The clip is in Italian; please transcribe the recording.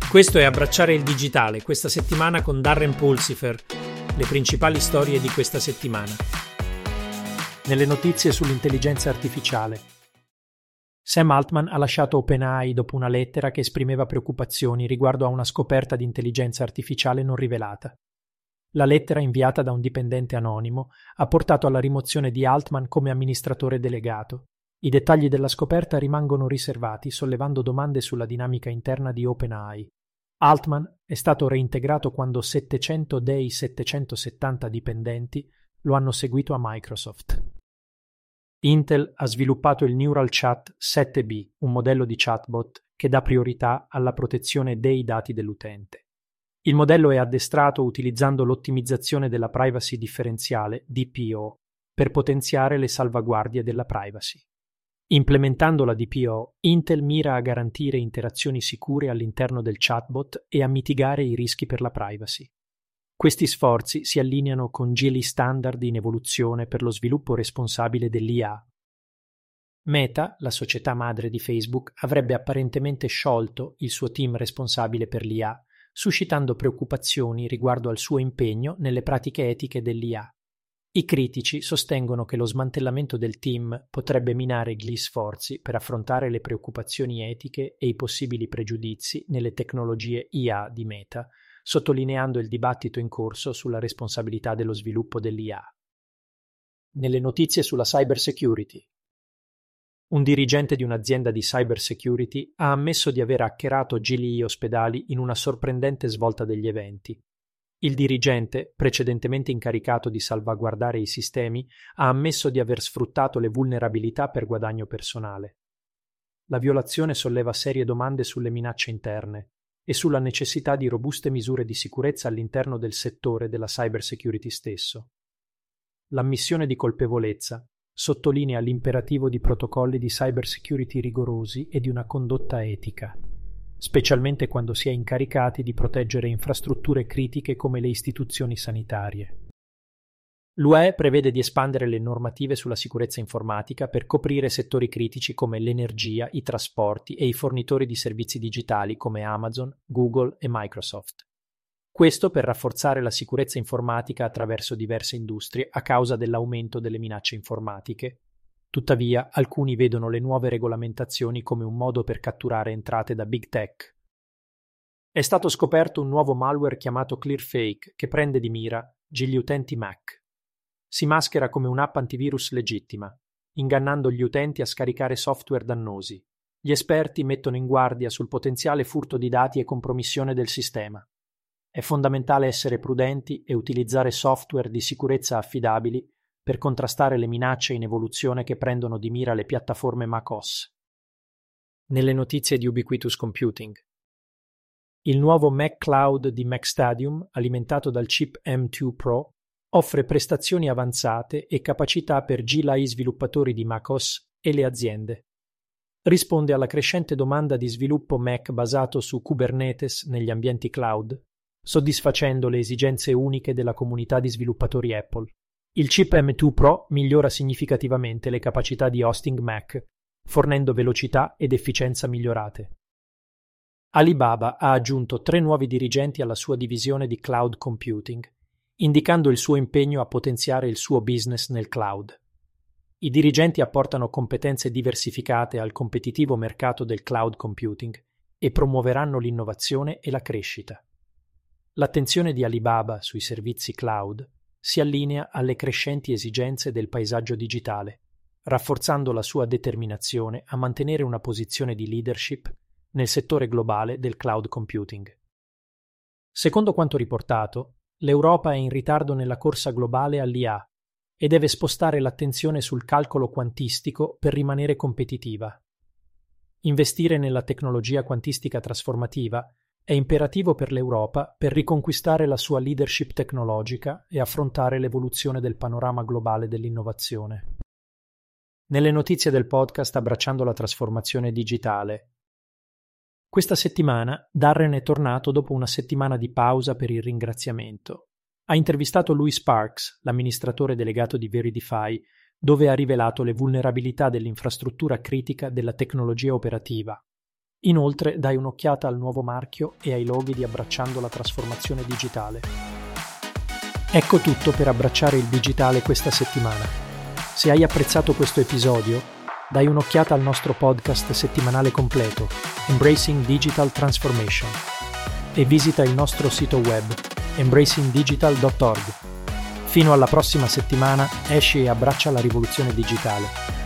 Questo è Abbracciare il digitale, questa settimana con Darren Pulsifer, le principali storie di questa settimana. Nelle notizie sull'intelligenza artificiale. Sam Altman ha lasciato OpenAI dopo una lettera che esprimeva preoccupazioni riguardo a una scoperta di intelligenza artificiale non rivelata. La lettera, inviata da un dipendente anonimo, ha portato alla rimozione di Altman come amministratore delegato. I dettagli della scoperta rimangono riservati, sollevando domande sulla dinamica interna di OpenAI. Altman è stato reintegrato quando 700 dei 770 dipendenti lo hanno seguito a Microsoft. Intel ha sviluppato il Neural Chat 7B, un modello di chatbot che dà priorità alla protezione dei dati dell'utente. Il modello è addestrato utilizzando l'ottimizzazione della privacy differenziale, DPO, per potenziare le salvaguardie della privacy. Implementando la DPO, Intel mira a garantire interazioni sicure all'interno del chatbot e a mitigare i rischi per la privacy. Questi sforzi si allineano con Geely standard in evoluzione per lo sviluppo responsabile dell'IA. Meta, la società madre di Facebook, avrebbe apparentemente sciolto il suo team responsabile per l'IA, suscitando preoccupazioni riguardo al suo impegno nelle pratiche etiche dell'IA. I critici sostengono che lo smantellamento del team potrebbe minare gli sforzi per affrontare le preoccupazioni etiche e i possibili pregiudizi nelle tecnologie IA di Meta, sottolineando il dibattito in corso sulla responsabilità dello sviluppo dell'IA. Nelle notizie sulla cybersecurity. Un dirigente di un'azienda di cybersecurity ha ammesso di aver hackerato Geely ospedali in una sorprendente svolta degli eventi. Il dirigente, precedentemente incaricato di salvaguardare i sistemi, ha ammesso di aver sfruttato le vulnerabilità per guadagno personale. La violazione solleva serie domande sulle minacce interne e sulla necessità di robuste misure di sicurezza all'interno del settore della cybersecurity stesso. L'ammissione di colpevolezza sottolinea l'imperativo di protocolli di cybersecurity rigorosi e di una condotta etica, specialmente quando si è incaricati di proteggere infrastrutture critiche come le istituzioni sanitarie. L'UE prevede di espandere le normative sulla sicurezza informatica per coprire settori critici come l'energia, i trasporti e i fornitori di servizi digitali come Amazon, Google e Microsoft. Questo per rafforzare la sicurezza informatica attraverso diverse industrie a causa dell'aumento delle minacce informatiche. Tuttavia, alcuni vedono le nuove regolamentazioni come un modo per catturare entrate da Big Tech. È stato scoperto un nuovo malware chiamato ClearFake che prende di mira gli utenti Mac. Si maschera come un'app antivirus legittima, ingannando gli utenti a scaricare software dannosi. Gli esperti mettono in guardia sul potenziale furto di dati e compromissione del sistema. È fondamentale essere prudenti e utilizzare software di sicurezza affidabili per contrastare le minacce in evoluzione che prendono di mira le piattaforme macOS. Nelle notizie di Ubiquitous Computing. Il nuovo Mac Cloud di MacStadium, alimentato dal chip M2 Pro, offre prestazioni avanzate e capacità per GLI sviluppatori di macOS e le aziende. Risponde alla crescente domanda di sviluppo Mac basato su Kubernetes negli ambienti cloud, soddisfacendo le esigenze uniche della comunità di sviluppatori Apple. Il chip M2 Pro migliora significativamente le capacità di hosting Mac, fornendo velocità ed efficienza migliorate. Alibaba ha aggiunto 3 nuovi dirigenti alla sua divisione di cloud computing, indicando il suo impegno a potenziare il suo business nel cloud. I dirigenti apportano competenze diversificate al competitivo mercato del cloud computing e promuoveranno l'innovazione e la crescita. L'attenzione di Alibaba sui servizi cloud si allinea alle crescenti esigenze del paesaggio digitale, rafforzando la sua determinazione a mantenere una posizione di leadership nel settore globale del cloud computing. Secondo quanto riportato, l'Europa è in ritardo nella corsa globale all'IA e deve spostare l'attenzione sul calcolo quantistico per rimanere competitiva. Investire nella tecnologia quantistica trasformativa è imperativo per l'Europa per riconquistare la sua leadership tecnologica e affrontare l'evoluzione del panorama globale dell'innovazione. Nelle notizie del podcast Abbracciando la trasformazione digitale. Questa settimana Darren è tornato dopo una settimana di pausa per il ringraziamento. Ha intervistato Louis Sparks, l'amministratore delegato di Veridify, dove ha rivelato le vulnerabilità dell'infrastruttura critica della tecnologia operativa. Inoltre dai un'occhiata al nuovo marchio e ai loghi di Abbracciando la trasformazione digitale. Ecco tutto per abbracciare il digitale questa settimana. Se hai apprezzato questo episodio, dai un'occhiata al nostro podcast settimanale completo, Embracing Digital Transformation, e visita il nostro sito web, embracingdigital.org. Fino alla prossima settimana, esci e abbraccia la rivoluzione digitale.